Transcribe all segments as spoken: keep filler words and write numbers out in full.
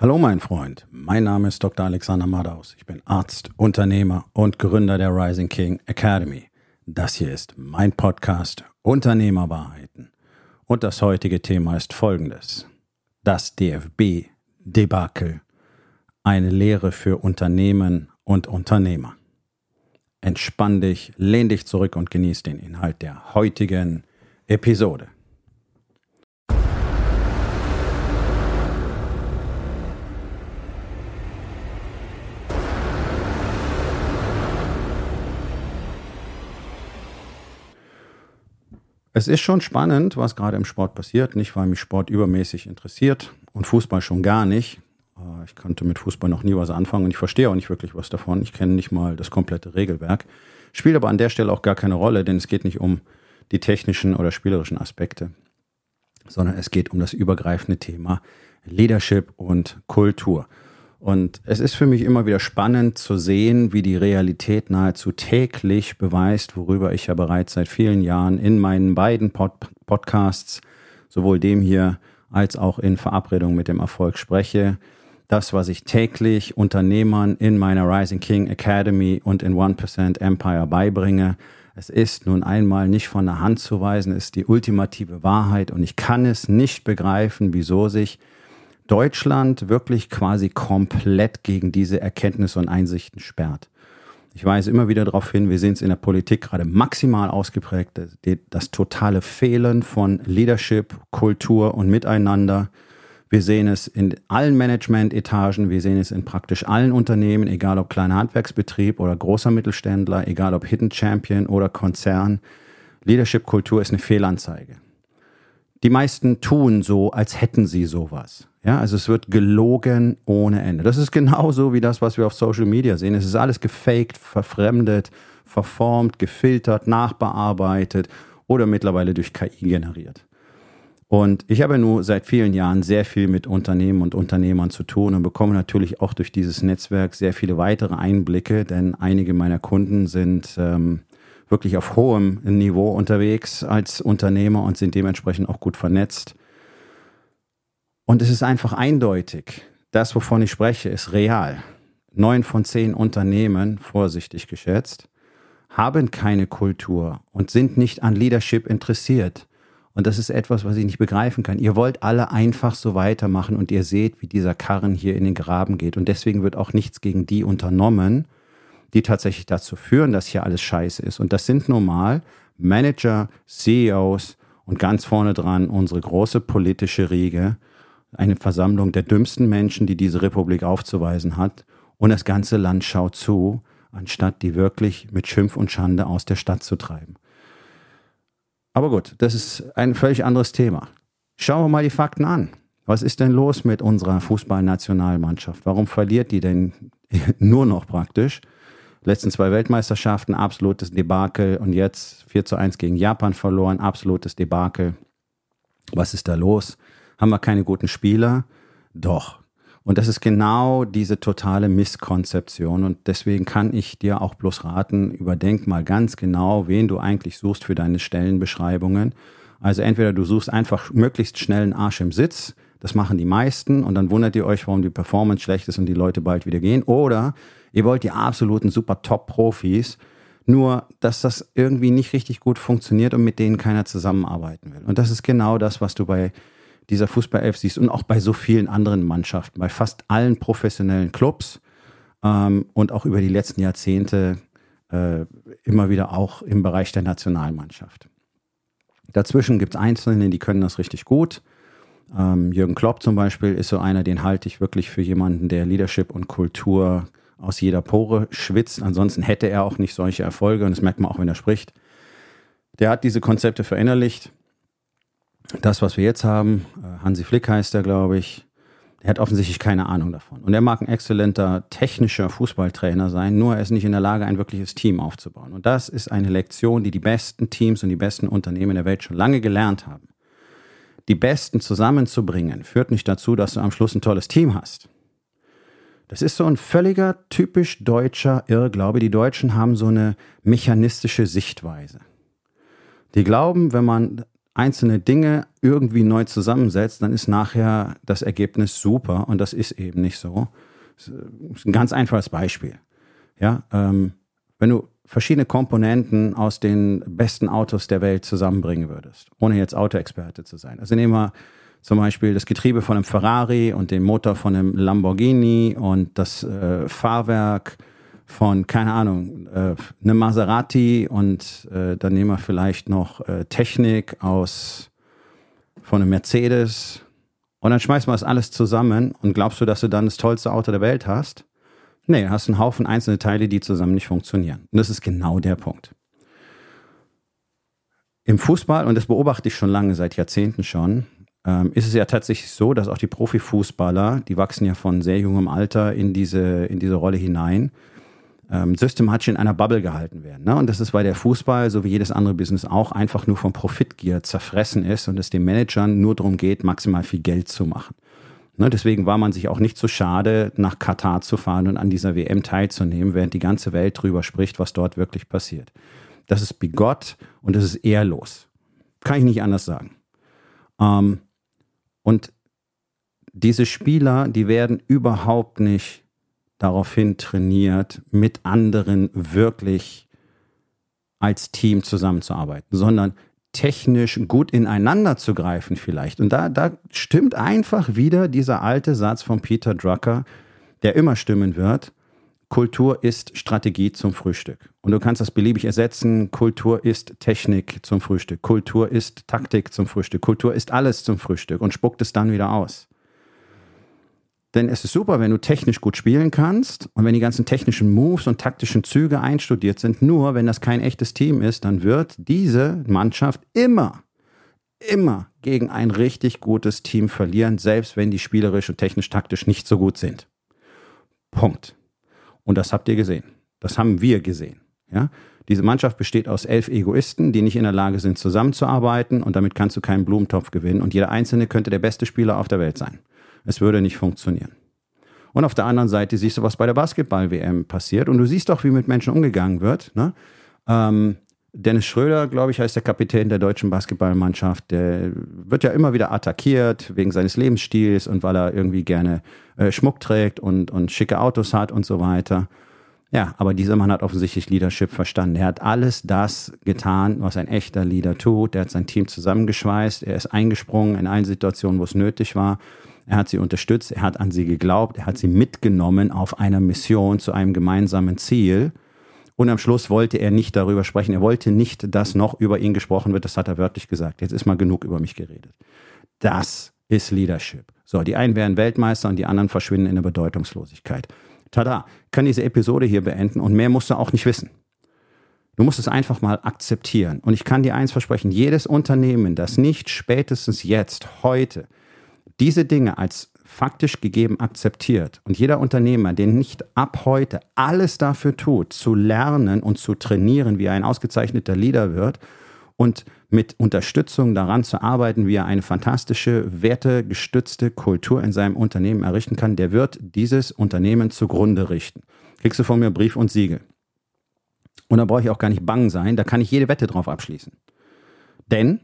Hallo mein Freund, mein Name ist Doktor Alexander Madaus. Ich bin Arzt, Unternehmer und Gründer der Rising King Academy. Das hier ist mein Podcast Unternehmerwahrheiten. Und das heutige Thema ist folgendes: Das D F B-Debakel. Eine Lehre für Unternehmen und Unternehmer. Entspann dich, lehn dich zurück und genieß den Inhalt der heutigen Episode. Es ist schon spannend, was gerade im Sport passiert. Nicht, weil mich Sport übermäßig interessiert und Fußball schon gar nicht. Ich konnte mit Fußball noch nie was anfangen und ich verstehe auch nicht wirklich was davon. Ich kenne nicht mal das komplette Regelwerk. Spielt aber an der Stelle auch gar keine Rolle, denn es geht nicht um die technischen oder spielerischen Aspekte, sondern es geht um das übergreifende Thema Leadership und Kultur. Und es ist für mich immer wieder spannend zu sehen, wie die Realität nahezu täglich beweist, worüber ich ja bereits seit vielen Jahren in meinen beiden Pod- Podcasts, sowohl dem hier als auch in Verabredung mit dem Erfolg spreche. Das, was ich täglich Unternehmern in meiner Rising King Academy und in one percent Empire beibringe, es ist nun einmal nicht von der Hand zu weisen, es ist die ultimative Wahrheit und ich kann es nicht begreifen, wieso sich Deutschland wirklich quasi komplett gegen diese Erkenntnisse und Einsichten sperrt. Ich weise immer wieder darauf hin, wir sehen es in der Politik gerade maximal ausgeprägt, das, das totale Fehlen von Leadership, Kultur und Miteinander. Wir sehen es in allen Management-Etagen, wir sehen es in praktisch allen Unternehmen, egal ob kleiner Handwerksbetrieb oder großer Mittelständler, egal ob Hidden Champion oder Konzern. Leadership-Kultur ist eine Fehlanzeige. Die meisten tun so, als hätten sie sowas. Ja, also es wird gelogen ohne Ende. Das ist genauso wie das, was wir auf Social Media sehen. Es ist alles gefaked, verfremdet, verformt, gefiltert, nachbearbeitet oder mittlerweile durch K I generiert. Und ich habe nun seit vielen Jahren sehr viel mit Unternehmen und Unternehmern zu tun und bekomme natürlich auch durch dieses Netzwerk sehr viele weitere Einblicke, denn einige meiner Kunden sind ähm, wirklich auf hohem Niveau unterwegs als Unternehmer und sind dementsprechend auch gut vernetzt. Und es ist einfach eindeutig, das, wovon ich spreche, ist real. Neun von zehn Unternehmen, vorsichtig geschätzt, haben keine Kultur und sind nicht an Leadership interessiert. Und das ist etwas, was ich nicht begreifen kann. Ihr wollt alle einfach so weitermachen und ihr seht, wie dieser Karren hier in den Graben geht. Und deswegen wird auch nichts gegen die unternommen, die tatsächlich dazu führen, dass hier alles scheiße ist. Und das sind normal Manager, C E Os und ganz vorne dran unsere große politische Riege. Eine Versammlung der dümmsten Menschen, die diese Republik aufzuweisen hat. Und das ganze Land schaut zu, anstatt die wirklich mit Schimpf und Schande aus der Stadt zu treiben. Aber gut, das ist ein völlig anderes Thema. Schauen wir mal die Fakten an. Was ist denn los mit unserer Fußballnationalmannschaft? Warum verliert die denn nur noch praktisch? Letzten zwei Weltmeisterschaften, absolutes Debakel und jetzt vier zu eins gegen Japan verloren, absolutes Debakel. Was ist da los? Haben wir keine guten Spieler? Doch. Und das ist genau diese totale Misskonzeption und deswegen kann ich dir auch bloß raten, überdenk mal ganz genau, wen du eigentlich suchst für deine Stellenbeschreibungen. Also entweder du suchst einfach möglichst schnell einen Arsch im Sitz, das machen die meisten und dann wundert ihr euch, warum die Performance schlecht ist und die Leute bald wieder gehen. Oder ihr wollt die absoluten super Top-Profis, nur dass das irgendwie nicht richtig gut funktioniert und mit denen keiner zusammenarbeiten will. Und das ist genau das, was du bei dieser Fußball-Elf siehst und auch bei so vielen anderen Mannschaften, bei fast allen professionellen Clubs ähm, und auch über die letzten Jahrzehnte äh, immer wieder auch im Bereich der Nationalmannschaft. Dazwischen gibt es Einzelne, die können das richtig gut. Ähm, Jürgen Klopp zum Beispiel ist so einer, den halte ich wirklich für jemanden, der Leadership und Kultur aus jeder Pore schwitzt. Ansonsten hätte er auch nicht solche Erfolge und das merkt man auch, wenn er spricht. Der hat diese Konzepte verinnerlicht. Das, was wir jetzt haben, Hansi Flick heißt er, glaube ich, der hat offensichtlich keine Ahnung davon. Und er mag ein exzellenter technischer Fußballtrainer sein, nur er ist nicht in der Lage, ein wirkliches Team aufzubauen. Und das ist eine Lektion, die die besten Teams und die besten Unternehmen der Welt schon lange gelernt haben. Die Besten zusammenzubringen, führt nicht dazu, dass du am Schluss ein tolles Team hast. Das ist so ein völliger, typisch deutscher Irrglaube. Die Deutschen haben so eine mechanistische Sichtweise. Die glauben, wenn man einzelne Dinge irgendwie neu zusammensetzt, dann ist nachher das Ergebnis super und das ist eben nicht so. Das ist ein ganz einfaches Beispiel. Ja, ähm, wenn du verschiedene Komponenten aus den besten Autos der Welt zusammenbringen würdest, ohne jetzt Autoexperte zu sein. Also nehmen wir zum Beispiel das Getriebe von einem Ferrari und den Motor von einem Lamborghini und das äh, Fahrwerk von, keine Ahnung, äh, einem Maserati und äh, dann nehmen wir vielleicht noch äh, Technik aus von einem Mercedes und dann schmeißen wir das alles zusammen und glaubst du, dass du dann das tollste Auto der Welt hast? Nee, du hast einen Haufen einzelne Teile, die zusammen nicht funktionieren. Und das ist genau der Punkt. Im Fußball, und das beobachte ich schon lange, seit Jahrzehnten schon, ähm, ist es ja tatsächlich so, dass auch die Profifußballer, die wachsen ja von sehr jungem Alter in diese, in diese Rolle hinein, ähm, systematisch in einer Bubble gehalten werden. Ne? Und das ist, weil der Fußball, so wie jedes andere Business auch, einfach nur von Profitgier zerfressen ist und es den Managern nur darum geht, maximal viel Geld zu machen. Ne, deswegen war man sich auch nicht so schade, nach Katar zu fahren und an dieser W M teilzunehmen, während die ganze Welt drüber spricht, was dort wirklich passiert. Das ist bigott und das ist ehrlos. Kann ich nicht anders sagen. Ähm, und diese Spieler, die werden überhaupt nicht daraufhin trainiert, mit anderen wirklich als Team zusammenzuarbeiten, sondern technisch gut ineinander zu greifen vielleicht. Und da, da stimmt einfach wieder dieser alte Satz von Peter Drucker, der immer stimmen wird: Kultur ist Strategie zum Frühstück. Und du kannst das beliebig ersetzen: Kultur ist Technik zum Frühstück, Kultur ist Taktik zum Frühstück, Kultur ist alles zum Frühstück und spuckt es dann wieder aus. Denn es ist super, wenn du technisch gut spielen kannst und wenn die ganzen technischen Moves und taktischen Züge einstudiert sind. Nur wenn das kein echtes Team ist, dann wird diese Mannschaft immer, immer gegen ein richtig gutes Team verlieren, selbst wenn die spielerisch und technisch-taktisch nicht so gut sind. Punkt. Und das habt ihr gesehen. Das haben wir gesehen. Ja? Diese Mannschaft besteht aus elf Egoisten, die nicht in der Lage sind, zusammenzuarbeiten, und damit kannst du keinen Blumentopf gewinnen. Und jeder Einzelne könnte der beste Spieler auf der Welt sein. Es würde nicht funktionieren. Und auf der anderen Seite siehst du, was bei der Basketball-W M passiert. Und du siehst doch, wie mit Menschen umgegangen wird. Ne? Ähm, Dennis Schröder, glaube ich, heißt der Kapitän der deutschen Basketballmannschaft. Der wird ja immer wieder attackiert wegen seines Lebensstils und weil er irgendwie gerne äh, Schmuck trägt und, und schicke Autos hat und so weiter. Ja, aber dieser Mann hat offensichtlich Leadership verstanden. Er hat alles das getan, was ein echter Leader tut. Er hat sein Team zusammengeschweißt. Er ist eingesprungen in allen Situationen, wo es nötig war. Er hat sie unterstützt, er hat an sie geglaubt, er hat sie mitgenommen auf einer Mission zu einem gemeinsamen Ziel. Und am Schluss wollte er nicht darüber sprechen. Er wollte nicht, dass noch über ihn gesprochen wird. Das hat er wörtlich gesagt. Jetzt ist mal genug über mich geredet. Das ist Leadership. So, die einen werden Weltmeister und die anderen verschwinden in der Bedeutungslosigkeit. Tada, kann diese Episode hier beenden und mehr musst du auch nicht wissen. Du musst es einfach mal akzeptieren. Und ich kann dir eins versprechen: Jedes Unternehmen, das nicht spätestens jetzt, heute, diese Dinge als faktisch gegeben akzeptiert, und jeder Unternehmer, der nicht ab heute alles dafür tut, zu lernen und zu trainieren, wie er ein ausgezeichneter Leader wird und mit Unterstützung daran zu arbeiten, wie er eine fantastische, wertegestützte Kultur in seinem Unternehmen errichten kann, der wird dieses Unternehmen zugrunde richten. Kriegst du von mir Brief und Siegel. Und da brauche ich auch gar nicht bang sein, da kann ich jede Wette drauf abschließen. Denn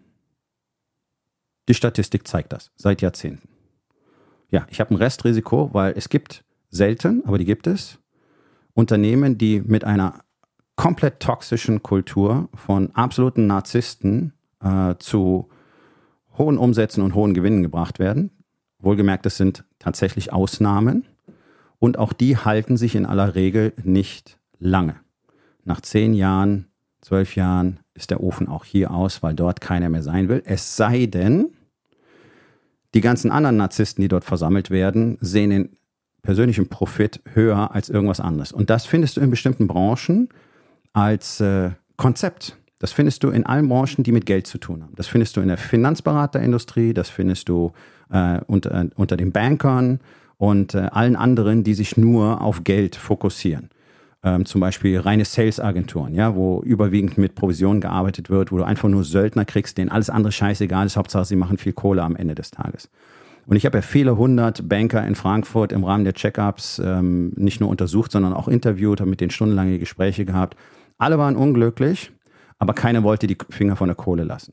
die Statistik zeigt das seit Jahrzehnten. Ja, ich habe ein Restrisiko, weil es gibt selten, aber die gibt es, Unternehmen, die mit einer komplett toxischen Kultur von absoluten Narzissten äh, zu hohen Umsätzen und hohen Gewinnen gebracht werden. Wohlgemerkt, das sind tatsächlich Ausnahmen. Und auch die halten sich in aller Regel nicht lange. Nach zehn Jahren, zwölf Jahren ist der Ofen auch hier aus, weil dort keiner mehr sein will. Es sei denn, die ganzen anderen Narzissten, die dort versammelt werden, sehen den persönlichen Profit höher als irgendwas anderes. Und das findest du in bestimmten Branchen als äh, Konzept. Das findest du in allen Branchen, die mit Geld zu tun haben. Das findest du in der Finanzberaterindustrie, das findest du äh, unter, unter den Bankern und äh, allen anderen, die sich nur auf Geld fokussieren. Ähm, zum Beispiel reine Sales-Agenturen, ja, wo überwiegend mit Provisionen gearbeitet wird, wo du einfach nur Söldner kriegst, denen alles andere scheißegal ist, Hauptsache sie machen viel Kohle am Ende des Tages. Und ich habe ja viele hundert Banker in Frankfurt im Rahmen der Check-ups ähm, nicht nur untersucht, sondern auch interviewt, habe mit denen stundenlange Gespräche gehabt. Alle waren unglücklich, aber keiner wollte die Finger von der Kohle lassen.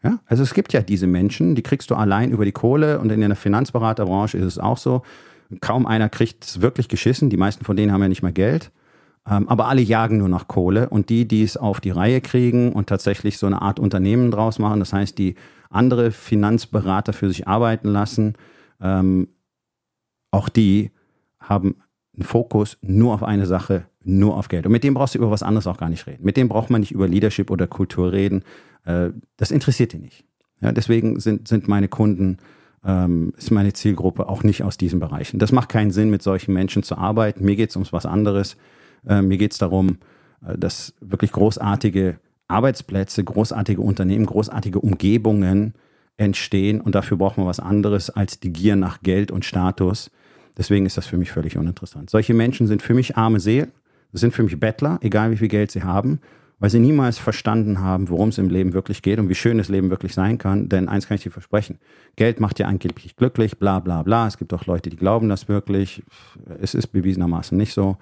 Ja? Also es gibt ja diese Menschen, die kriegst du allein über die Kohle und in der Finanzberaterbranche ist es auch so. Kaum einer kriegt es wirklich geschissen, die meisten von denen haben ja nicht mehr Geld. Ähm, aber alle jagen nur nach Kohle und die, die es auf die Reihe kriegen und tatsächlich so eine Art Unternehmen draus machen, das heißt, die andere Finanzberater für sich arbeiten lassen, ähm, auch die haben einen Fokus nur auf eine Sache, nur auf Geld. Und mit dem brauchst du über was anderes auch gar nicht reden. Mit dem braucht man nicht über Leadership oder Kultur reden. Äh, das interessiert die nicht. Ja, deswegen sind, sind meine Kunden, ähm, ist meine Zielgruppe auch nicht aus diesen Bereichen. Das macht keinen Sinn, mit solchen Menschen zu arbeiten. Mir geht es ums was anderes. Äh, mir geht es darum, äh, dass wirklich großartige Arbeitsplätze, großartige Unternehmen, großartige Umgebungen entstehen. Und dafür braucht man was anderes als die Gier nach Geld und Status. Deswegen ist das für mich völlig uninteressant. Solche Menschen sind für mich arme Seelen. Das sind für mich Bettler, egal wie viel Geld sie haben, weil sie niemals verstanden haben, worum es im Leben wirklich geht und wie schön das Leben wirklich sein kann. Denn eins kann ich dir versprechen, Geld macht ja angeblich glücklich, bla bla bla. Es gibt auch Leute, die glauben das wirklich. Es ist bewiesenermaßen nicht so.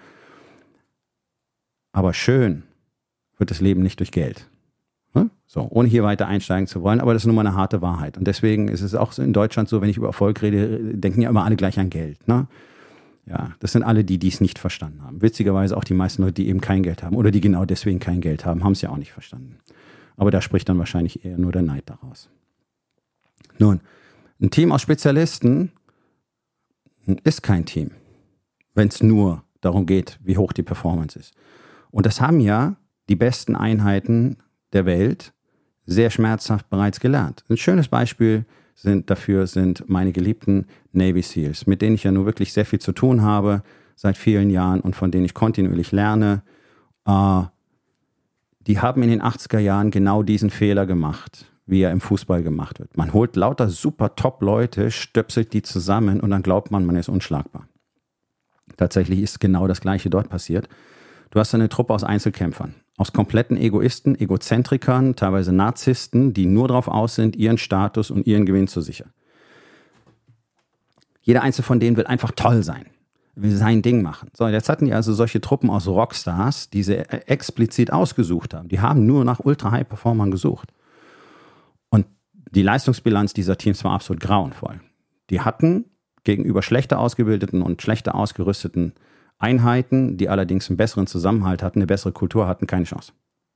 Aber schön wird das Leben nicht durch Geld. So, ohne hier weiter einsteigen zu wollen, aber das ist nun mal eine harte Wahrheit. Und deswegen ist es auch so in Deutschland so, wenn ich über Erfolg rede, denken ja immer alle gleich an Geld. Ne? Ja, das sind alle die, die es nicht verstanden haben. Witzigerweise auch die meisten Leute, die eben kein Geld haben oder die genau deswegen kein Geld haben, haben es ja auch nicht verstanden. Aber da spricht dann wahrscheinlich eher nur der Neid daraus. Nun, ein Team aus Spezialisten ist kein Team, wenn es nur darum geht, wie hoch die Performance ist. Und das haben ja die besten Einheiten der Welt sehr schmerzhaft bereits gelernt. Ein schönes Beispiel sind, dafür sind meine geliebten Navy Seals, mit denen ich ja nur wirklich sehr viel zu tun habe seit vielen Jahren und von denen ich kontinuierlich lerne. Äh, die haben in den achtziger Jahren genau diesen Fehler gemacht, wie er im Fußball gemacht wird. Man holt lauter super Top-Leute, stöpselt die zusammen und dann glaubt man, man ist unschlagbar. Tatsächlich ist genau das Gleiche dort passiert. Du hast eine Truppe aus Einzelkämpfern, aus kompletten Egoisten, Egozentrikern, teilweise Narzissten, die nur darauf aus sind, ihren Status und ihren Gewinn zu sichern. Jeder einzelne von denen will einfach toll sein, will sein Ding machen. So, jetzt hatten die also solche Truppen aus Rockstars, die sie explizit ausgesucht haben. Die haben nur nach Ultra-High-Performern gesucht. Und die Leistungsbilanz dieser Teams war absolut grauenvoll. Die hatten gegenüber schlechter ausgebildeten und schlechter ausgerüsteten Einheiten, die allerdings einen besseren Zusammenhalt hatten, eine bessere Kultur hatten, keine Chance.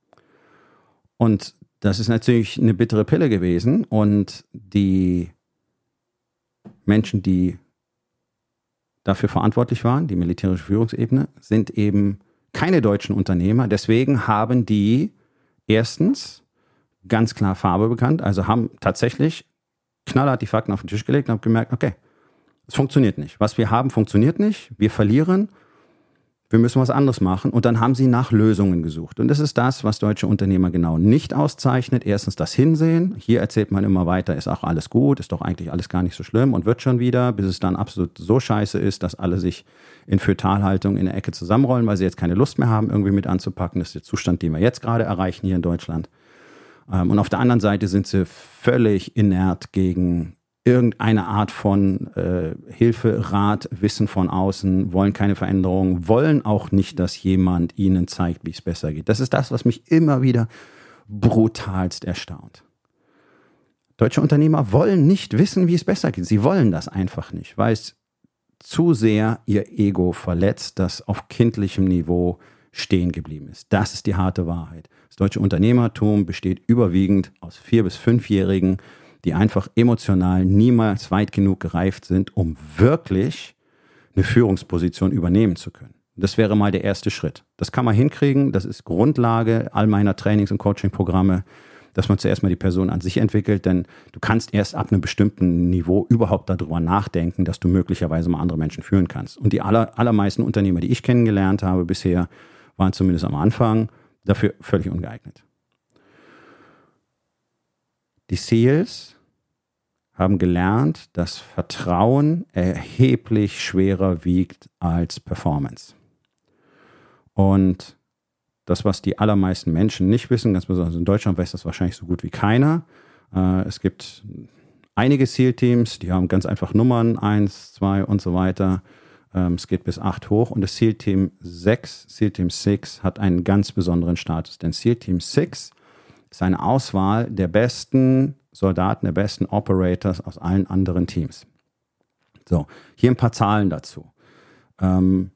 Und das ist natürlich eine bittere Pille gewesen. Und die Menschen, die dafür verantwortlich waren, die militärische Führungsebene, sind eben keine deutschen Unternehmer. Deswegen haben die erstens ganz klar Farbe bekannt, also haben tatsächlich knallhart die Fakten auf den Tisch gelegt und haben gemerkt, okay, es funktioniert nicht. Was wir haben, funktioniert nicht. Wir verlieren. Wir müssen was anderes machen. Und dann haben sie nach Lösungen gesucht. Und das ist das, was deutsche Unternehmer genau nicht auszeichnet. Erstens das Hinsehen. Hier erzählt man immer weiter, ist auch alles gut, ist doch eigentlich alles gar nicht so schlimm und wird schon wieder, bis es dann absolut so scheiße ist, dass alle sich in Fötalhaltung in der Ecke zusammenrollen, weil sie jetzt keine Lust mehr haben, irgendwie mit anzupacken. Das ist der Zustand, den wir jetzt gerade erreichen hier in Deutschland. Und auf der anderen Seite sind sie völlig inert gegen irgendeine Art von äh, Hilfe, Rat, Wissen von außen, wollen keine Veränderung, wollen auch nicht, dass jemand ihnen zeigt, wie es besser geht. Das ist das, was mich immer wieder brutalst erstaunt. Deutsche Unternehmer wollen nicht wissen, wie es besser geht. Sie wollen das einfach nicht, weil es zu sehr ihr Ego verletzt, das auf kindlichem Niveau stehen geblieben ist. Das ist die harte Wahrheit. Das deutsche Unternehmertum besteht überwiegend aus vier- bis fünfjährigen, die einfach emotional niemals weit genug gereift sind, um wirklich eine Führungsposition übernehmen zu können. Das wäre mal der erste Schritt. Das kann man hinkriegen, das ist Grundlage all meiner Trainings- und Coaching-Programme, dass man zuerst mal die Person an sich entwickelt, denn du kannst erst ab einem bestimmten Niveau überhaupt darüber nachdenken, dass du möglicherweise mal andere Menschen führen kannst. Und die aller, allermeisten Unternehmer, die ich kennengelernt habe bisher, waren zumindest am Anfang dafür völlig ungeeignet. Die Seals haben gelernt, dass Vertrauen erheblich schwerer wiegt als Performance. Und das, was die allermeisten Menschen nicht wissen, ganz besonders in Deutschland, weiß das wahrscheinlich so gut wie keiner. Es gibt einige SEAL-Teams, die haben ganz einfach Nummern, eins, zwei und so weiter. Es geht bis acht hoch. Und das SEAL-Team sechs, SEAL-Team sechs hat einen ganz besonderen Status. Denn SEAL-Team sechs ist eine Auswahl der besten Soldaten, der besten Operators aus allen anderen Teams. So, hier ein paar Zahlen dazu. Ähm,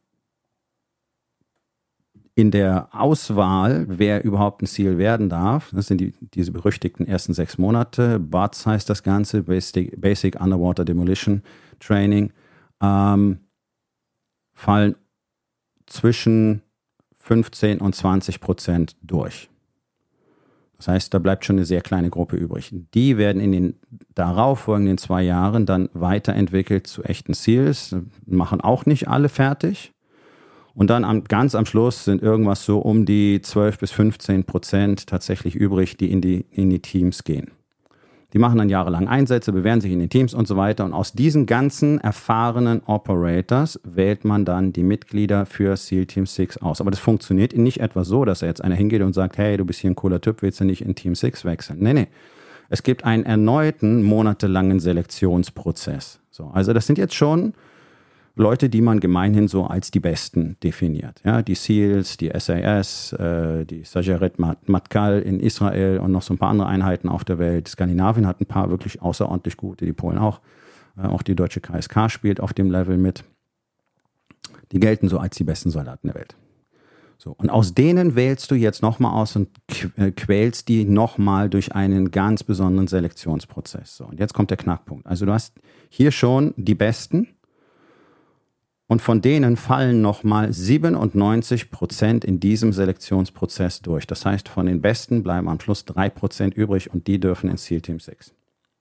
in der Auswahl, wer überhaupt ein SEAL werden darf, das sind die, diese berüchtigten ersten sechs Monate, B U D S heißt das Ganze, Basic, Basic Underwater Demolition Training, ähm, fallen zwischen fünfzehn und zwanzig Prozent durch. Das heißt, da bleibt schon eine sehr kleine Gruppe übrig. Die werden in den darauffolgenden zwei Jahren dann weiterentwickelt zu echten SEALs, machen auch nicht alle fertig. Und dann am, ganz am Schluss sind irgendwas so um die zwölf bis fünfzehn Prozent tatsächlich übrig, die in die, in die Teams gehen. Die machen dann jahrelang Einsätze, bewähren sich in den Teams und so weiter. Und aus diesen ganzen erfahrenen Operators wählt man dann die Mitglieder für SEAL Team sechs aus. Aber das funktioniert nicht etwa so, dass er jetzt einer hingeht und sagt, hey, du bist hier ein cooler Typ, willst du nicht in Team sechs wechseln? Nee, nee. Es gibt einen erneuten monatelangen Selektionsprozess. So, also das sind jetzt schon Leute, die man gemeinhin so als die Besten definiert. Ja, die SEALs, die S A S, äh, die Sajeret Matkal in Israel und noch so ein paar andere Einheiten auf der Welt. Skandinavien hat ein paar wirklich außerordentlich gute, die Polen auch. Äh, auch die deutsche K S K spielt auf dem Level mit. Die gelten so als die besten Soldaten der Welt. So, und aus denen wählst du jetzt nochmal aus und quälst die nochmal durch einen ganz besonderen Selektionsprozess. So, und jetzt kommt der Knackpunkt. Also du hast hier schon die Besten. Und von denen fallen nochmal siebenundneunzig Prozent in diesem Selektionsprozess durch. Das heißt, von den Besten bleiben am Schluss drei Prozent übrig und die dürfen ins SEAL Team sechs.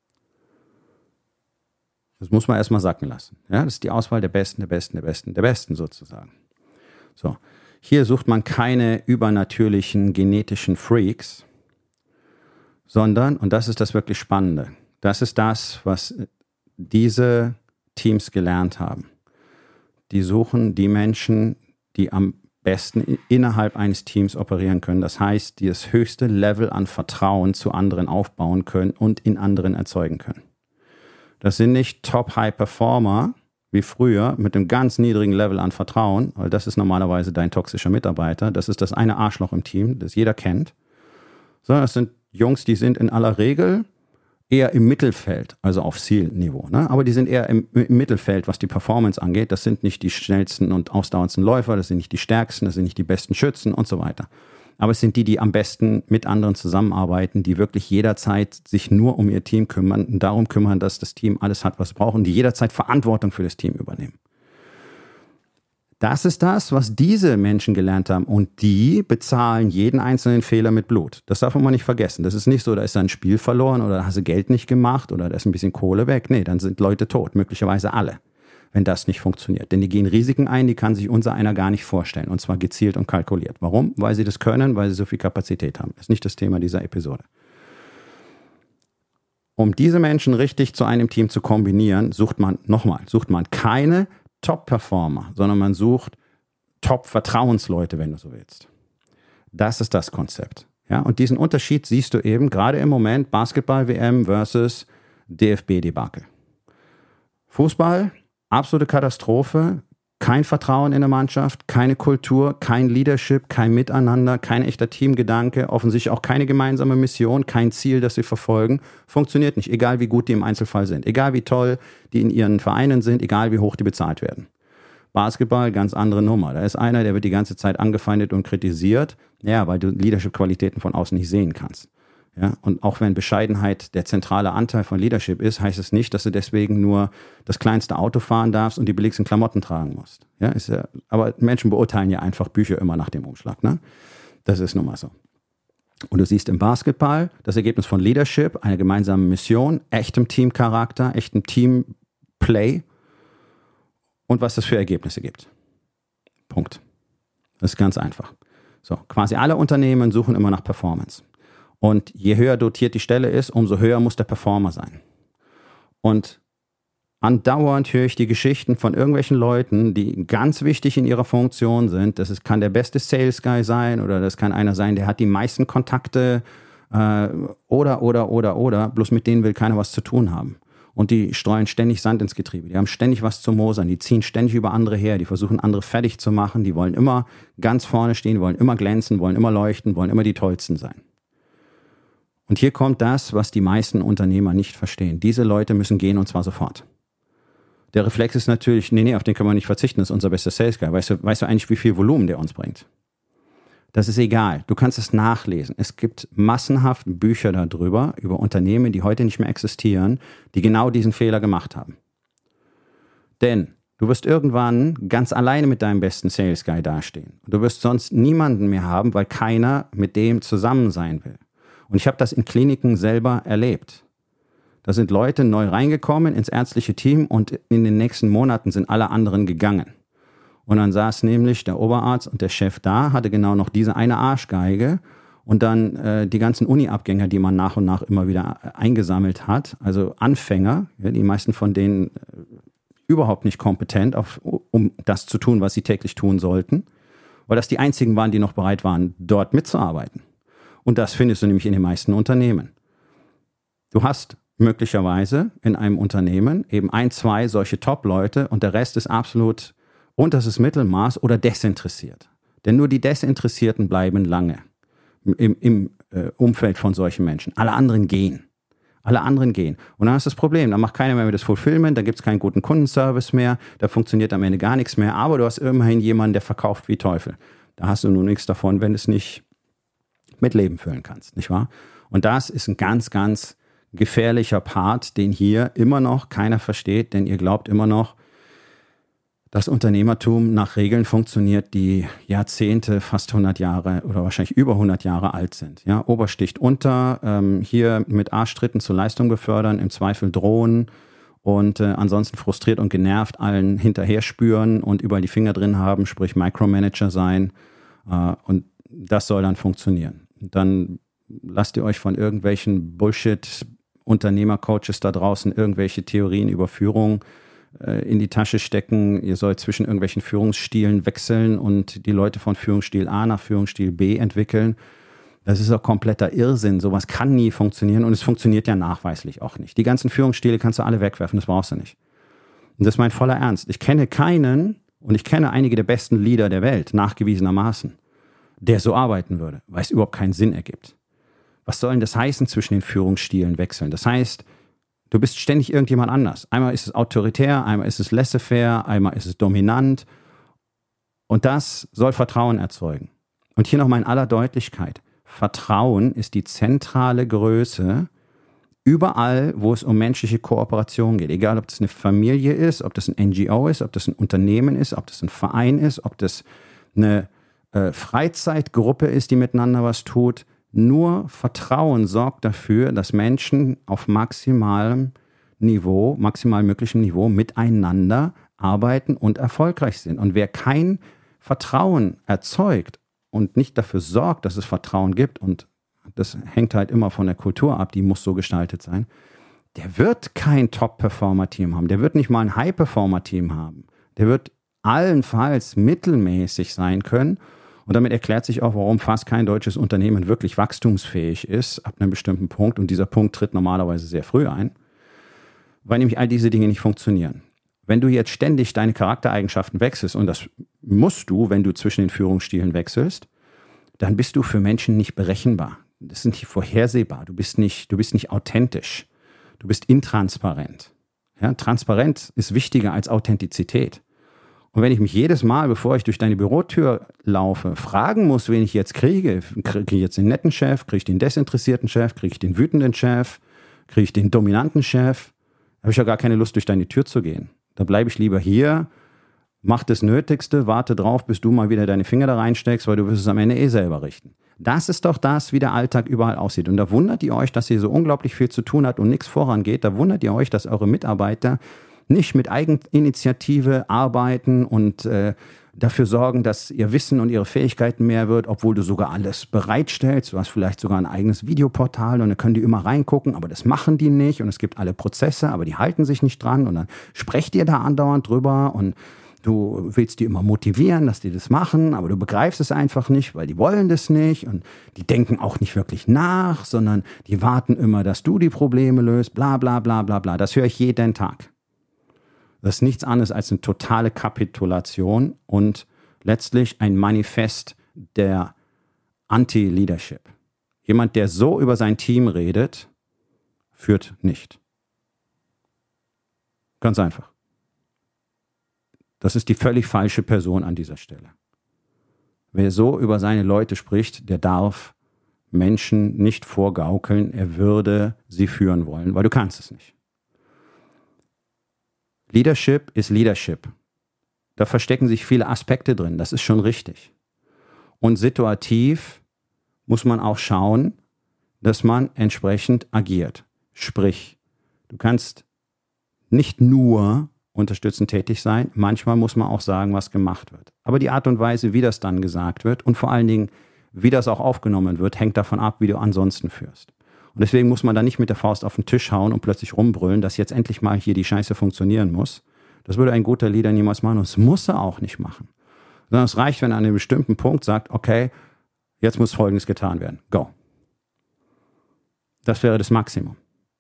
Das muss man erstmal sacken lassen. Ja, das ist die Auswahl der Besten, der Besten, der Besten, der Besten sozusagen. So, hier sucht man keine übernatürlichen genetischen Freaks, sondern, und das ist das wirklich Spannende, das ist das, was diese Teams gelernt haben. Die suchen die Menschen, die am besten innerhalb eines Teams operieren können. Das heißt, die das höchste Level an Vertrauen zu anderen aufbauen können und in anderen erzeugen können. Das sind nicht Top-High-Performer wie früher mit einem ganz niedrigen Level an Vertrauen, weil das ist normalerweise dein toxischer Mitarbeiter. Das ist das eine Arschloch im Team, das jeder kennt. Sondern das sind Jungs, die sind in aller Regel eher im Mittelfeld, also auf SEAL-Niveau. Ne? Aber die sind eher im, im Mittelfeld, was die Performance angeht. Das sind nicht die schnellsten und ausdauerndsten Läufer, das sind nicht die stärksten, das sind nicht die besten Schützen und so weiter. Aber es sind die, die am besten mit anderen zusammenarbeiten, die wirklich jederzeit sich nur um ihr Team kümmern und darum kümmern, dass das Team alles hat, was es braucht und die jederzeit Verantwortung für das Team übernehmen. Das ist das, was diese Menschen gelernt haben und die bezahlen jeden einzelnen Fehler mit Blut. Das darf man mal nicht vergessen. Das ist nicht so, da ist ein Spiel verloren oder da hast du Geld nicht gemacht oder da ist ein bisschen Kohle weg. Nee, dann sind Leute tot, möglicherweise alle, wenn das nicht funktioniert. Denn die gehen Risiken ein, die kann sich unser einer gar nicht vorstellen und zwar gezielt und kalkuliert. Warum? Weil sie das können, weil sie so viel Kapazität haben. Das ist nicht das Thema dieser Episode. Um diese Menschen richtig zu einem Team zu kombinieren, sucht man, nochmal, sucht man keine Top-Performer, sondern man sucht Top-Vertrauensleute, wenn du so willst. Das ist das Konzept. Ja, und diesen Unterschied siehst du eben gerade im Moment Basketball-W M versus D F B-Debakel. Fußball, absolute Katastrophe, kein Vertrauen in der Mannschaft, keine Kultur, kein Leadership, kein Miteinander, kein echter Teamgedanke, offensichtlich auch keine gemeinsame Mission, kein Ziel, das sie verfolgen. Funktioniert nicht, egal wie gut die im Einzelfall sind, egal wie toll die in ihren Vereinen sind, egal wie hoch die bezahlt werden. Basketball, ganz andere Nummer. Da ist einer, der wird die ganze Zeit angefeindet und kritisiert, ja, weil du Leadership-Qualitäten von außen nicht sehen kannst. Ja, und auch wenn Bescheidenheit der zentrale Anteil von Leadership ist, heißt es nicht, dass du deswegen nur das kleinste Auto fahren darfst und die billigsten Klamotten tragen musst. Ja, ist ja, aber Menschen beurteilen ja einfach Bücher immer nach dem Umschlag. Ne? Das ist nun mal so. Und du siehst im Basketball das Ergebnis von Leadership, einer gemeinsamen Mission, echtem Teamcharakter, echtem Teamplay und was das für Ergebnisse gibt. Punkt. Das ist ganz einfach. So, quasi alle Unternehmen suchen immer nach Performance. Und je höher dotiert die Stelle ist, umso höher muss der Performer sein. Und andauernd höre ich die Geschichten von irgendwelchen Leuten, die ganz wichtig in ihrer Funktion sind. Das ist, kann der beste Sales Guy sein oder das kann einer sein, der hat die meisten Kontakte äh, oder, oder, oder, oder. Bloß mit denen will keiner was zu tun haben. Und die streuen ständig Sand ins Getriebe. Die haben ständig was zu mosern. Die ziehen ständig über andere her. Die versuchen, andere fertig zu machen. Die wollen immer ganz vorne stehen, wollen immer glänzen, wollen immer leuchten, wollen immer die Tollsten sein. Und hier kommt das, was die meisten Unternehmer nicht verstehen. Diese Leute müssen gehen und zwar sofort. Der Reflex ist natürlich, nee, nee, auf den können wir nicht verzichten, das ist unser bester Sales Guy. Weißt du, weißt du eigentlich, wie viel Volumen der uns bringt? Das ist egal. Du kannst es nachlesen. Es gibt massenhaft Bücher darüber, über Unternehmen, die heute nicht mehr existieren, die genau diesen Fehler gemacht haben. Denn du wirst irgendwann ganz alleine mit deinem besten Sales Guy dastehen. Du wirst sonst niemanden mehr haben, weil keiner mit dem zusammen sein will. Und ich habe das in Kliniken selber erlebt. Da sind Leute neu reingekommen ins ärztliche Team und in den nächsten Monaten sind alle anderen gegangen. Und dann saß nämlich der Oberarzt und der Chef da, hatte genau noch diese eine Arschgeige und dann äh, die ganzen Uni-Abgänger, die man nach und nach immer wieder eingesammelt hat, also Anfänger, ja, die meisten von denen äh, überhaupt nicht kompetent, auf, um das zu tun, was sie täglich tun sollten, weil das die einzigen waren, die noch bereit waren, dort mitzuarbeiten. Und das findest du nämlich in den meisten Unternehmen. Du hast möglicherweise in einem Unternehmen eben ein, zwei solche Top-Leute und der Rest ist absolut unterstes Mittelmaß oder desinteressiert. Denn nur die Desinteressierten bleiben lange im, im äh, Umfeld von solchen Menschen. Alle anderen gehen. Alle anderen gehen. Und dann ist das Problem, dann macht keiner mehr das Fulfillment, da gibt es keinen guten Kundenservice mehr, da funktioniert am Ende gar nichts mehr, aber du hast immerhin jemanden, der verkauft wie Teufel. Da hast du nur nichts davon, wenn du es nicht mit Leben füllen kannst, nicht wahr? Und das ist ein ganz, ganz gefährlicher Part, den hier immer noch keiner versteht, denn ihr glaubt immer noch, dass Unternehmertum nach Regeln funktioniert, die Jahrzehnte, fast hundert Jahre oder wahrscheinlich über hundert Jahre alt sind. Ja, Ober sticht unter, ähm, hier mit Arschtritten zur Leistung befördern, im Zweifel drohen und äh, ansonsten frustriert und genervt allen hinterher spüren und überall die Finger drin haben, sprich Micromanager sein. Äh, und das soll dann funktionieren. Und dann lasst ihr euch von irgendwelchen Bullshit-Unternehmercoaches da draußen irgendwelche Theorien über Führung in die Tasche stecken, ihr sollt zwischen irgendwelchen Führungsstilen wechseln und die Leute von Führungsstil A nach Führungsstil B entwickeln. Das ist doch kompletter Irrsinn. Sowas kann nie funktionieren und es funktioniert ja nachweislich auch nicht. Die ganzen Führungsstile kannst du alle wegwerfen, das brauchst du nicht. Und das ist mein voller Ernst. Ich kenne keinen und ich kenne einige der besten Leader der Welt, nachgewiesenermaßen, der so arbeiten würde, weil es überhaupt keinen Sinn ergibt. Was soll denn das heißen, zwischen den Führungsstilen wechseln? Das heißt, du bist ständig irgendjemand anders. Einmal ist es autoritär, einmal ist es laissez-faire, einmal ist es dominant. Und das soll Vertrauen erzeugen. Und hier nochmal in aller Deutlichkeit. Vertrauen ist die zentrale Größe überall, wo es um menschliche Kooperation geht. Egal, ob das eine Familie ist, ob das ein N G O ist, ob das ein Unternehmen ist, ob das ein Verein ist, ob das eine äh, Freizeitgruppe ist, die miteinander was tut. Nur Vertrauen sorgt dafür, dass Menschen auf maximalem Niveau, maximal möglichem Niveau miteinander arbeiten und erfolgreich sind. Und wer kein Vertrauen erzeugt und nicht dafür sorgt, dass es Vertrauen gibt, und das hängt halt immer von der Kultur ab, die muss so gestaltet sein, der wird kein Top-Performer-Team haben. Der wird nicht mal ein High-Performer-Team haben. Der wird allenfalls mittelmäßig sein können. Und damit erklärt sich auch, warum fast kein deutsches Unternehmen wirklich wachstumsfähig ist ab einem bestimmten Punkt. Und dieser Punkt tritt normalerweise sehr früh ein, weil nämlich all diese Dinge nicht funktionieren. Wenn du jetzt ständig deine Charaktereigenschaften wechselst, und das musst du, wenn du zwischen den Führungsstilen wechselst, dann bist du für Menschen nicht berechenbar. Das ist nicht vorhersehbar. Du bist nicht, du bist nicht authentisch. Du bist intransparent. Ja, Transparenz ist wichtiger als Authentizität. Und wenn ich mich jedes Mal, bevor ich durch deine Bürotür laufe, fragen muss, wen ich jetzt kriege, kriege ich jetzt den netten Chef, kriege ich den desinteressierten Chef, kriege ich den wütenden Chef, kriege ich den dominanten Chef, habe ich ja gar keine Lust, durch deine Tür zu gehen. Da bleibe ich lieber hier, mach das Nötigste, warte drauf, bis du mal wieder deine Finger da reinsteckst, weil du wirst es am Ende eh selber richten. Das ist doch das, wie der Alltag überall aussieht. Und da wundert ihr euch, dass ihr so unglaublich viel zu tun habt und nichts vorangeht. Da wundert ihr euch, dass eure Mitarbeiter nicht mit Eigeninitiative arbeiten und äh, dafür sorgen, dass ihr Wissen und ihre Fähigkeiten mehr wird, obwohl du sogar alles bereitstellst. Du hast vielleicht sogar ein eigenes Videoportal und dann können die immer reingucken, aber das machen die nicht und es gibt alle Prozesse, aber die halten sich nicht dran und dann sprecht ihr da andauernd drüber und du willst die immer motivieren, dass die das machen, aber du begreifst es einfach nicht, weil die wollen das nicht und die denken auch nicht wirklich nach, sondern die warten immer, dass du die Probleme löst, bla bla bla bla bla. Das höre ich jeden Tag. Das ist nichts anderes als eine totale Kapitulation und letztlich ein Manifest der Anti-Leadership. Jemand, der so über sein Team redet, führt nicht. Ganz einfach. Das ist die völlig falsche Person an dieser Stelle. Wer so über seine Leute spricht, der darf Menschen nicht vorgaukeln, er würde sie führen wollen, weil du kannst es nicht. Leadership ist Leadership. Da verstecken sich viele Aspekte drin, das ist schon richtig. Und situativ muss man auch schauen, dass man entsprechend agiert. Sprich, du kannst nicht nur unterstützend tätig sein, manchmal muss man auch sagen, was gemacht wird. Aber die Art und Weise, wie das dann gesagt wird und vor allen Dingen, wie das auch aufgenommen wird, hängt davon ab, wie du ansonsten führst. Und deswegen muss man da nicht mit der Faust auf den Tisch hauen und plötzlich rumbrüllen, dass jetzt endlich mal hier die Scheiße funktionieren muss. Das würde ein guter Leader niemals machen und das muss er auch nicht machen. Sondern es reicht, wenn er an einem bestimmten Punkt sagt, okay, jetzt muss Folgendes getan werden. Go. Das wäre das Maximum.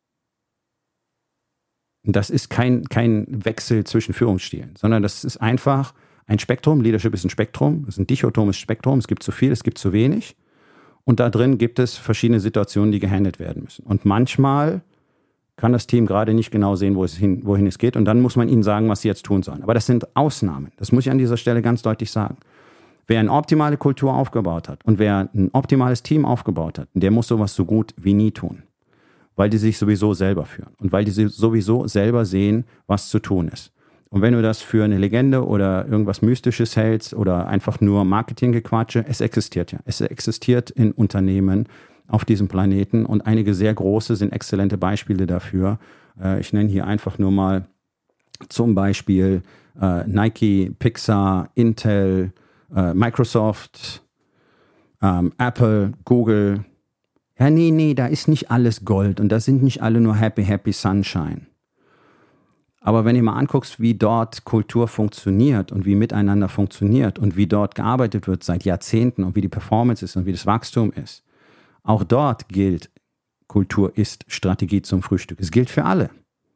Und das ist kein, kein Wechsel zwischen Führungsstilen, sondern das ist einfach ein Spektrum. Leadership ist ein Spektrum, es ist ein dichotomes Spektrum. Es gibt zu viel, es gibt zu wenig. Und da drin gibt es verschiedene Situationen, die gehandelt werden müssen. Und manchmal kann das Team gerade nicht genau sehen, wo es hin, wohin es geht. Und dann muss man ihnen sagen, was sie jetzt tun sollen. Aber das sind Ausnahmen. Das muss ich an dieser Stelle ganz deutlich sagen. Wer eine optimale Kultur aufgebaut hat und wer ein optimales Team aufgebaut hat, der muss sowas so gut wie nie tun. Weil die sich sowieso selber führen und weil die sowieso selber sehen, was zu tun ist. Und wenn du das für eine Legende oder irgendwas Mystisches hältst oder einfach nur Marketinggequatsche, es existiert ja. Es existiert in Unternehmen auf diesem Planeten und einige sehr große sind exzellente Beispiele dafür. Ich nenne hier einfach nur mal zum Beispiel Nike, Pixar, Intel, Microsoft, Apple, Google. Ja, nee, nee, da ist nicht alles Gold und da sind nicht alle nur Happy, Happy Sunshine. Aber wenn du mal anguckst, wie dort Kultur funktioniert und wie miteinander funktioniert und wie dort gearbeitet wird seit Jahrzehnten und wie die Performance ist und wie das Wachstum ist, auch dort gilt, Kultur ist Strategie zum Frühstück. Es gilt für alle.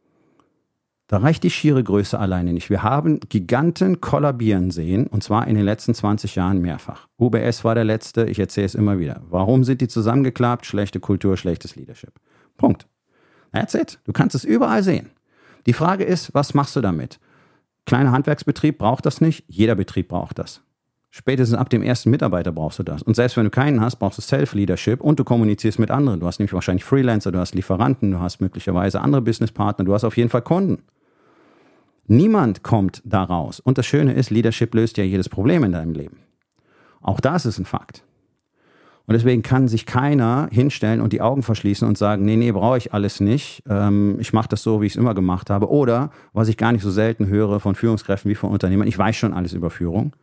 Da reicht die schiere Größe alleine nicht. Wir haben Giganten kollabieren sehen, und zwar in den letzten zwanzig Jahren mehrfach. U B S war der letzte, ich erzähle es immer wieder. Warum sind die zusammengeklappt? Schlechte Kultur, schlechtes Leadership. Punkt. That's it. Du kannst es überall sehen. Die Frage ist, was machst du damit? Kleiner Handwerksbetrieb braucht das nicht, jeder Betrieb braucht das. Spätestens ab dem ersten Mitarbeiter brauchst du das. Und selbst wenn du keinen hast, brauchst du Self-Leadership und du kommunizierst mit anderen. Du hast nämlich wahrscheinlich Freelancer, du hast Lieferanten, du hast möglicherweise andere Businesspartner, du hast auf jeden Fall Kunden. Niemand kommt da raus. Und das Schöne ist, Leadership löst ja jedes Problem in deinem Leben. Auch das ist ein Fakt. Und deswegen kann sich keiner hinstellen und die Augen verschließen und sagen, nee, nee, brauche ich alles nicht. Ähm, ich mache das so, wie ich es immer gemacht habe. Oder, was ich gar nicht so selten höre von Führungskräften wie von Unternehmern, ich weiß schon alles über Führung.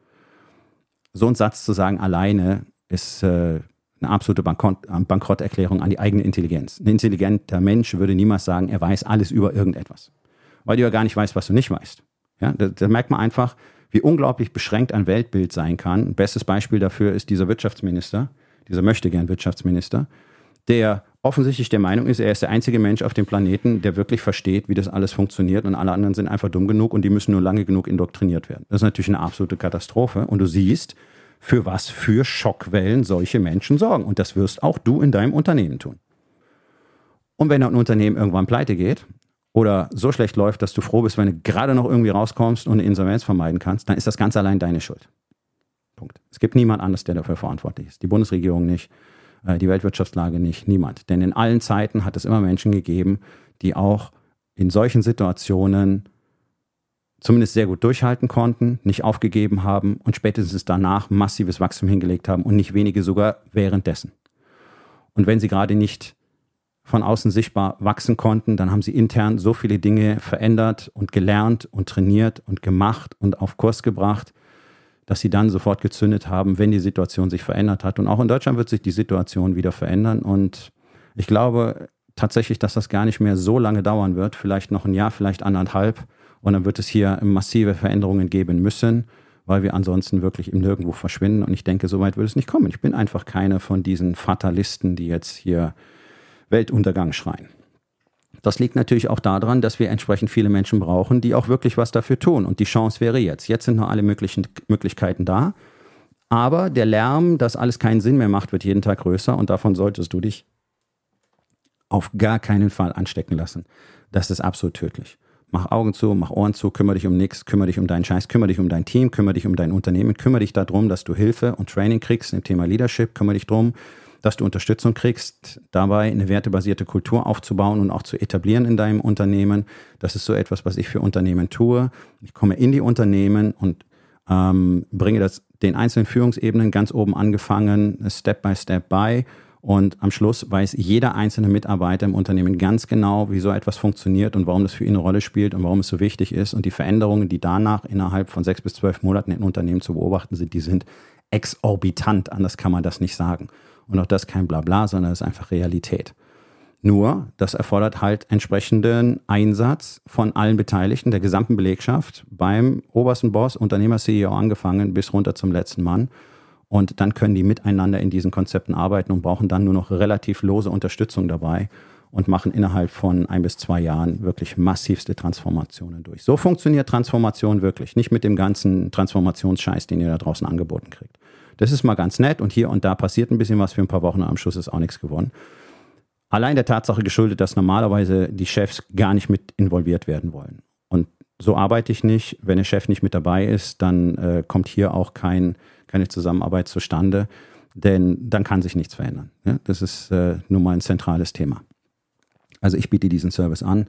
So ein Satz zu sagen alleine ist äh, eine absolute Bankrott, Bankrotterklärung an die eigene Intelligenz. Ein intelligenter Mensch würde niemals sagen, er weiß alles über irgendetwas. Weil du ja gar nicht weißt, was du nicht weißt. Ja, da, da merkt man einfach, wie unglaublich beschränkt ein Weltbild sein kann. Ein bestes Beispiel dafür ist dieser Wirtschaftsminister, dieser Möchtegern-Wirtschaftsminister, der offensichtlich der Meinung ist, er ist der einzige Mensch auf dem Planeten, der wirklich versteht, wie das alles funktioniert und alle anderen sind einfach dumm genug und die müssen nur lange genug indoktriniert werden. Das ist natürlich eine absolute Katastrophe und du siehst, für was für Schockwellen solche Menschen sorgen und das wirst auch du in deinem Unternehmen tun. Und wenn ein Unternehmen irgendwann pleite geht oder so schlecht läuft, dass du froh bist, wenn du gerade noch irgendwie rauskommst und eine Insolvenz vermeiden kannst, dann ist das ganz allein deine Schuld. Punkt. Es gibt niemand anderes, der dafür verantwortlich ist. Die Bundesregierung nicht, die Weltwirtschaftslage nicht, niemand. Denn in allen Zeiten hat es immer Menschen gegeben, die auch in solchen Situationen zumindest sehr gut durchhalten konnten, nicht aufgegeben haben und spätestens danach massives Wachstum hingelegt haben und nicht wenige sogar währenddessen. Und wenn sie gerade nicht von außen sichtbar wachsen konnten, dann haben sie intern so viele Dinge verändert und gelernt und trainiert und gemacht und auf Kurs gebracht, dass sie dann sofort gezündet haben, wenn die Situation sich verändert hat. Und auch in Deutschland wird sich die Situation wieder verändern. Und ich glaube tatsächlich, dass das gar nicht mehr so lange dauern wird, vielleicht noch ein Jahr, vielleicht anderthalb. Und dann wird es hier massive Veränderungen geben müssen, weil wir ansonsten wirklich im Nirgendwo verschwinden. Und ich denke, so weit wird es nicht kommen. Ich bin einfach keine von diesen Fatalisten, die jetzt hier Weltuntergang schreien. Das liegt natürlich auch daran, dass wir entsprechend viele Menschen brauchen, die auch wirklich was dafür tun. Und die Chance wäre jetzt. Jetzt sind noch alle möglichen Möglichkeiten da. Aber der Lärm, dass alles keinen Sinn mehr macht, wird jeden Tag größer und davon solltest du dich auf gar keinen Fall anstecken lassen. Das ist absolut tödlich. Mach Augen zu, mach Ohren zu, kümmere dich um nichts, kümmere dich um deinen Scheiß, kümmere dich um dein Team, kümmere dich um dein Unternehmen, kümmere dich darum, dass du Hilfe und Training kriegst im Thema Leadership, kümmere dich darum, dass du Unterstützung kriegst, dabei eine wertebasierte Kultur aufzubauen und auch zu etablieren in deinem Unternehmen. Das ist so etwas, was ich für Unternehmen tue. Ich komme in die Unternehmen und ähm, bringe das den einzelnen Führungsebenen ganz oben angefangen, Step by Step bei. Und am Schluss weiß jeder einzelne Mitarbeiter im Unternehmen ganz genau, wie so etwas funktioniert und warum das für ihn eine Rolle spielt und warum es so wichtig ist. Und die Veränderungen, die danach innerhalb von sechs bis zwölf Monaten in Unternehmen zu beobachten sind, die sind exorbitant. Anders kann man das nicht sagen. Und auch das kein Blabla, sondern es ist einfach Realität. Nur, das erfordert halt entsprechenden Einsatz von allen Beteiligten, der gesamten Belegschaft, beim obersten Boss, Unternehmer-C E O angefangen, bis runter zum letzten Mann. Und dann können die miteinander in diesen Konzepten arbeiten und brauchen dann nur noch relativ lose Unterstützung dabei und machen innerhalb von ein bis zwei Jahren wirklich massivste Transformationen durch. So funktioniert Transformation wirklich, nicht mit dem ganzen Transformationsscheiß, den ihr da draußen angeboten kriegt. Das ist mal ganz nett und hier und da passiert ein bisschen was für ein paar Wochen und am Schluss ist auch nichts gewonnen. Allein der Tatsache geschuldet, dass normalerweise die Chefs gar nicht mit involviert werden wollen. Und so arbeite ich nicht. Wenn der Chef nicht mit dabei ist, dann äh, kommt hier auch kein, keine Zusammenarbeit zustande, denn dann kann sich nichts verändern. Ja, das ist äh, nun mal ein zentrales Thema. Also ich biete diesen Service an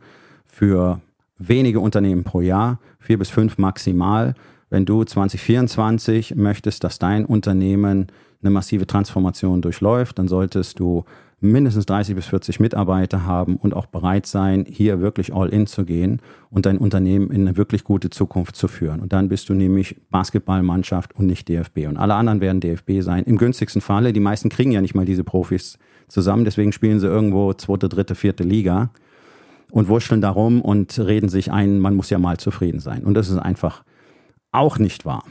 für wenige Unternehmen pro Jahr, vier bis fünf maximal. Wenn du zwanzig vierundzwanzig möchtest, dass dein Unternehmen eine massive Transformation durchläuft, dann solltest du mindestens dreißig bis vierzig Mitarbeiter haben und auch bereit sein, hier wirklich all in zu gehen und dein Unternehmen in eine wirklich gute Zukunft zu führen. Und dann bist du nämlich Basketballmannschaft und nicht D F B. Und alle anderen werden D F B sein. Im günstigsten Falle, die meisten kriegen ja nicht mal diese Profis zusammen, deswegen spielen sie irgendwo zweite, dritte, vierte Liga und wurschteln darum und reden sich ein, man muss ja mal zufrieden sein. Und das ist einfach auch nicht wahr.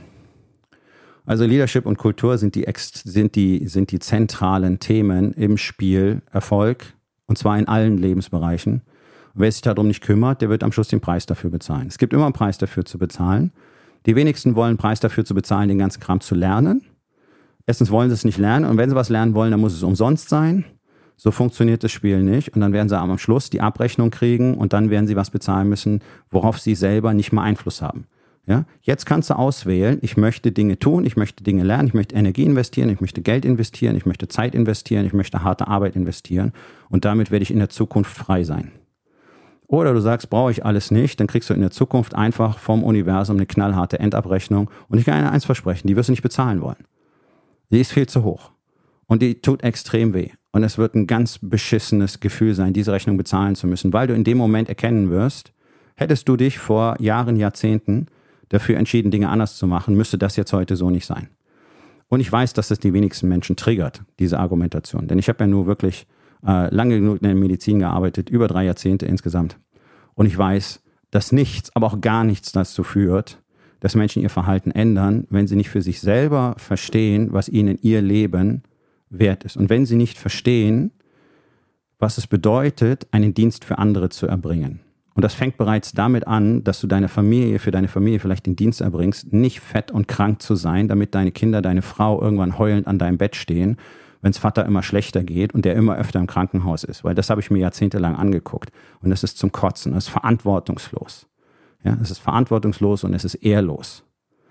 Also Leadership und Kultur sind die, sind die, sind die zentralen Themen im Spiel Erfolg und zwar in allen Lebensbereichen. Und wer sich darum nicht kümmert, der wird am Schluss den Preis dafür bezahlen. Es gibt immer einen Preis dafür zu bezahlen. Die wenigsten wollen einen Preis dafür zu bezahlen, den ganzen Kram zu lernen. Erstens wollen sie es nicht lernen und wenn sie was lernen wollen, dann muss es umsonst sein. So funktioniert das Spiel nicht und dann werden sie am Schluss die Abrechnung kriegen und dann werden sie was bezahlen müssen, worauf sie selber nicht mal Einfluss haben. Ja, jetzt kannst du auswählen, ich möchte Dinge tun, ich möchte Dinge lernen, ich möchte Energie investieren, ich möchte Geld investieren, ich möchte Zeit investieren, ich möchte harte Arbeit investieren und damit werde ich in der Zukunft frei sein. Oder du sagst, brauche ich alles nicht, dann kriegst du in der Zukunft einfach vom Universum eine knallharte Endabrechnung und ich kann dir eins versprechen, die wirst du nicht bezahlen wollen. Die ist viel zu hoch und die tut extrem weh und es wird ein ganz beschissenes Gefühl sein, diese Rechnung bezahlen zu müssen, weil du in dem Moment erkennen wirst, hättest du dich vor Jahren, Jahrzehnten dafür entschieden, Dinge anders zu machen, müsste das jetzt heute so nicht sein. Und ich weiß, dass das die wenigsten Menschen triggert, diese Argumentation. Denn ich habe ja nur wirklich äh, lange genug in der Medizin gearbeitet, über drei Jahrzehnte insgesamt. Und ich weiß, dass nichts, aber auch gar nichts dazu führt, dass Menschen ihr Verhalten ändern, wenn sie nicht für sich selber verstehen, was ihnen ihr Leben wert ist. Und wenn sie nicht verstehen, was es bedeutet, einen Dienst für andere zu erbringen. Und das fängt bereits damit an, dass du deine Familie, für deine Familie vielleicht den Dienst erbringst, nicht fett und krank zu sein, damit deine Kinder, deine Frau irgendwann heulend an deinem Bett stehen, wenn es Vater immer schlechter geht und der immer öfter im Krankenhaus ist. Weil das habe ich mir jahrzehntelang angeguckt. Und das ist zum Kotzen, das ist verantwortungslos. Ja, es ist verantwortungslos und es ist ehrlos.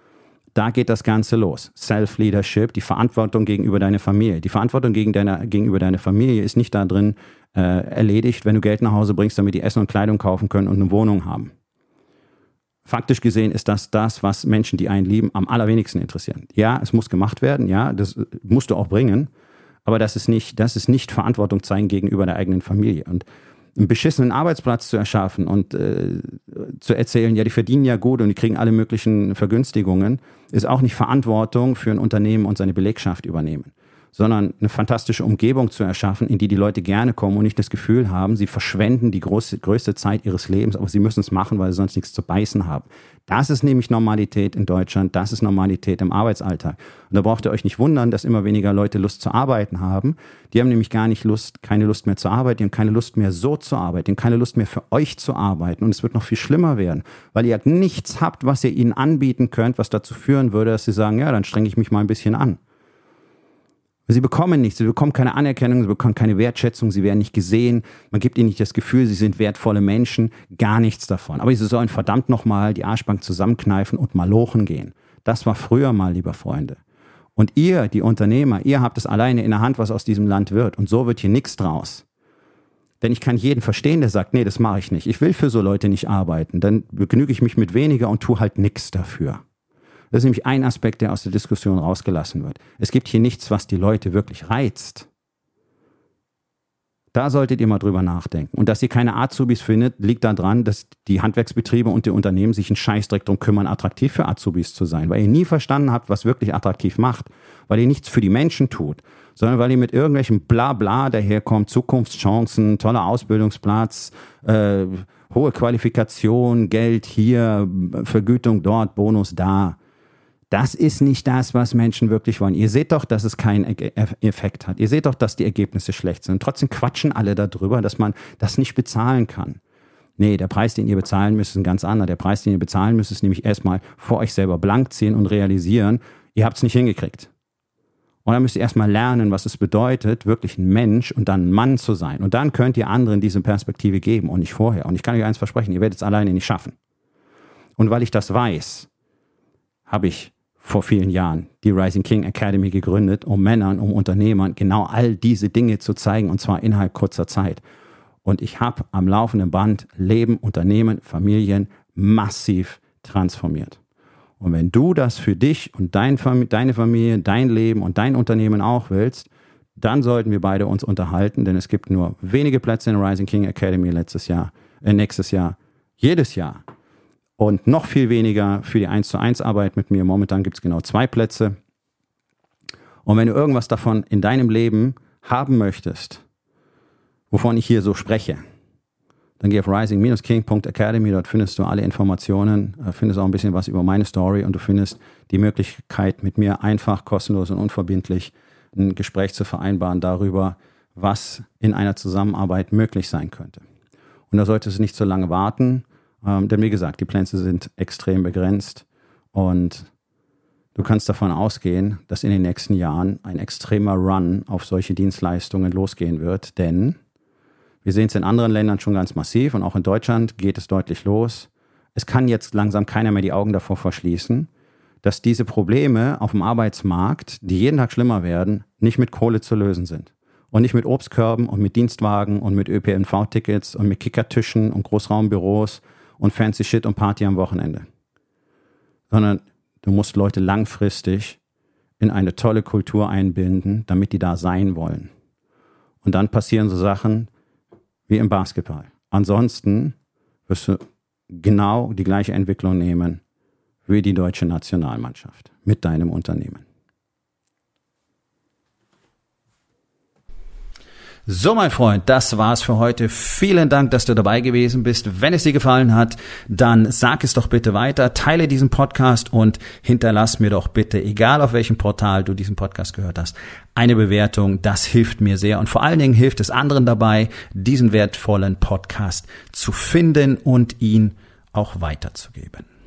Da geht das Ganze los. Self-Leadership, die Verantwortung gegenüber deiner Familie. Die Verantwortung gegen deine, gegenüber deiner Familie ist nicht da drin äh, erledigt, wenn du Geld nach Hause bringst, damit die Essen und Kleidung kaufen können und eine Wohnung haben. Faktisch gesehen ist das das, was Menschen, die einen lieben, am allerwenigsten interessieren. Ja, es muss gemacht werden, ja, das musst du auch bringen, aber das ist nicht, das ist nicht Verantwortung zeigen gegenüber der eigenen Familie. Und einen beschissenen Arbeitsplatz zu erschaffen und äh, zu erzählen, ja, die verdienen ja gut und die kriegen alle möglichen Vergünstigungen, ist auch nicht Verantwortung für ein Unternehmen und seine Belegschaft übernehmen. sondern eine fantastische Umgebung zu erschaffen, in die die Leute gerne kommen und nicht das Gefühl haben, sie verschwenden die große, größte Zeit ihres Lebens, aber sie müssen es machen, weil sie sonst nichts zu beißen haben. Das ist nämlich Normalität in Deutschland, das ist Normalität im Arbeitsalltag. Und da braucht ihr euch nicht wundern, dass immer weniger Leute Lust zu arbeiten haben. Die haben nämlich gar nicht Lust, keine Lust mehr zu arbeiten, die haben keine Lust mehr so zu arbeiten, die haben keine Lust mehr für euch zu arbeiten. Und es wird noch viel schlimmer werden, weil ihr nichts habt, was ihr ihnen anbieten könnt, was dazu führen würde, dass sie sagen, ja, dann strenge ich mich mal ein bisschen an. Sie bekommen nichts, sie bekommen keine Anerkennung, sie bekommen keine Wertschätzung, sie werden nicht gesehen, man gibt ihnen nicht das Gefühl, sie sind wertvolle Menschen, gar nichts davon. Aber sie sollen verdammt nochmal die Arschbank zusammenkneifen und malochen gehen. Das war früher mal, lieber Freunde. Und ihr, die Unternehmer, ihr habt es alleine in der Hand, was aus diesem Land wird. Und so wird hier nichts draus. Denn ich kann jeden verstehen, der sagt, nee, das mache ich nicht. Ich will für so Leute nicht arbeiten. Dann begnüge ich mich mit weniger und tue halt nichts dafür. Das ist nämlich ein Aspekt, der aus der Diskussion rausgelassen wird. Es gibt hier nichts, was die Leute wirklich reizt. Da solltet ihr mal drüber nachdenken. Und dass ihr keine Azubis findet, liegt daran, dass die Handwerksbetriebe und die Unternehmen sich einen Scheißdreck drum kümmern, attraktiv für Azubis zu sein. Weil ihr nie verstanden habt, was wirklich attraktiv macht. Weil ihr nichts für die Menschen tut, sondern weil ihr mit irgendwelchem Blabla daherkommt, Zukunftschancen, toller Ausbildungsplatz, äh, hohe Qualifikation, Geld hier, Vergütung dort, Bonus da. Das ist nicht das, was Menschen wirklich wollen. Ihr seht doch, dass es keinen Effekt hat. Ihr seht doch, dass die Ergebnisse schlecht sind. Und trotzdem quatschen alle darüber, dass man das nicht bezahlen kann. Nee, der Preis, den ihr bezahlen müsst, ist ein ganz anderer. Der Preis, den ihr bezahlen müsst, ist nämlich erstmal vor euch selber blank ziehen und realisieren, ihr habt es nicht hingekriegt. Und dann müsst ihr erstmal lernen, was es bedeutet, wirklich ein Mensch und dann ein Mann zu sein. Und dann könnt ihr anderen diese Perspektive geben und nicht vorher. Und ich kann euch eins versprechen, ihr werdet es alleine nicht schaffen. Und weil ich das weiß, habe ich vor vielen Jahren die Rising King Academy gegründet, um Männern, um Unternehmern genau all diese Dinge zu zeigen, und zwar innerhalb kurzer Zeit. Und ich habe am laufenden Band Leben, Unternehmen, Familien massiv transformiert. Und wenn du das für dich und dein Fam- deine Familie, dein Leben und dein Unternehmen auch willst, dann sollten wir beide uns unterhalten, denn es gibt nur wenige Plätze in der Rising King Academy letztes Jahr, äh, nächstes Jahr, jedes Jahr. Und noch viel weniger für die eins zu eins Arbeit mit mir. Momentan gibt es genau zwei Plätze. Und wenn du irgendwas davon in deinem Leben haben möchtest, wovon ich hier so spreche, dann geh auf rising dash king punkt academy. Dort findest du alle Informationen, findest auch ein bisschen was über meine Story und du findest die Möglichkeit, mit mir einfach, kostenlos und unverbindlich ein Gespräch zu vereinbaren darüber, was in einer Zusammenarbeit möglich sein könnte. Und da solltest du nicht so lange warten. Ähm, denn wie gesagt, die Plätze sind extrem begrenzt und du kannst davon ausgehen, dass in den nächsten Jahren ein extremer Run auf solche Dienstleistungen losgehen wird, denn wir sehen es in anderen Ländern schon ganz massiv und auch in Deutschland geht es deutlich los. Es kann jetzt langsam keiner mehr die Augen davor verschließen, dass diese Probleme auf dem Arbeitsmarkt, die jeden Tag schlimmer werden, nicht mit Kohle zu lösen sind. Und nicht mit Obstkörben und mit Dienstwagen und mit Ö P N V-Tickets und mit Kickertischen und Großraumbüros und fancy Shit und Party am Wochenende. Sondern du musst Leute langfristig in eine tolle Kultur einbinden, damit die da sein wollen. Und dann passieren so Sachen wie im Basketball. Ansonsten wirst du genau die gleiche Entwicklung nehmen wie die deutsche Nationalmannschaft mit deinem Unternehmen. So, mein Freund, das war's für heute. Vielen Dank, dass du dabei gewesen bist. Wenn es dir gefallen hat, dann sag es doch bitte weiter, teile diesen Podcast und hinterlass mir doch bitte, egal auf welchem Portal du diesen Podcast gehört hast, eine Bewertung. Das hilft mir sehr und vor allen Dingen hilft es anderen dabei, diesen wertvollen Podcast zu finden und ihn auch weiterzugeben.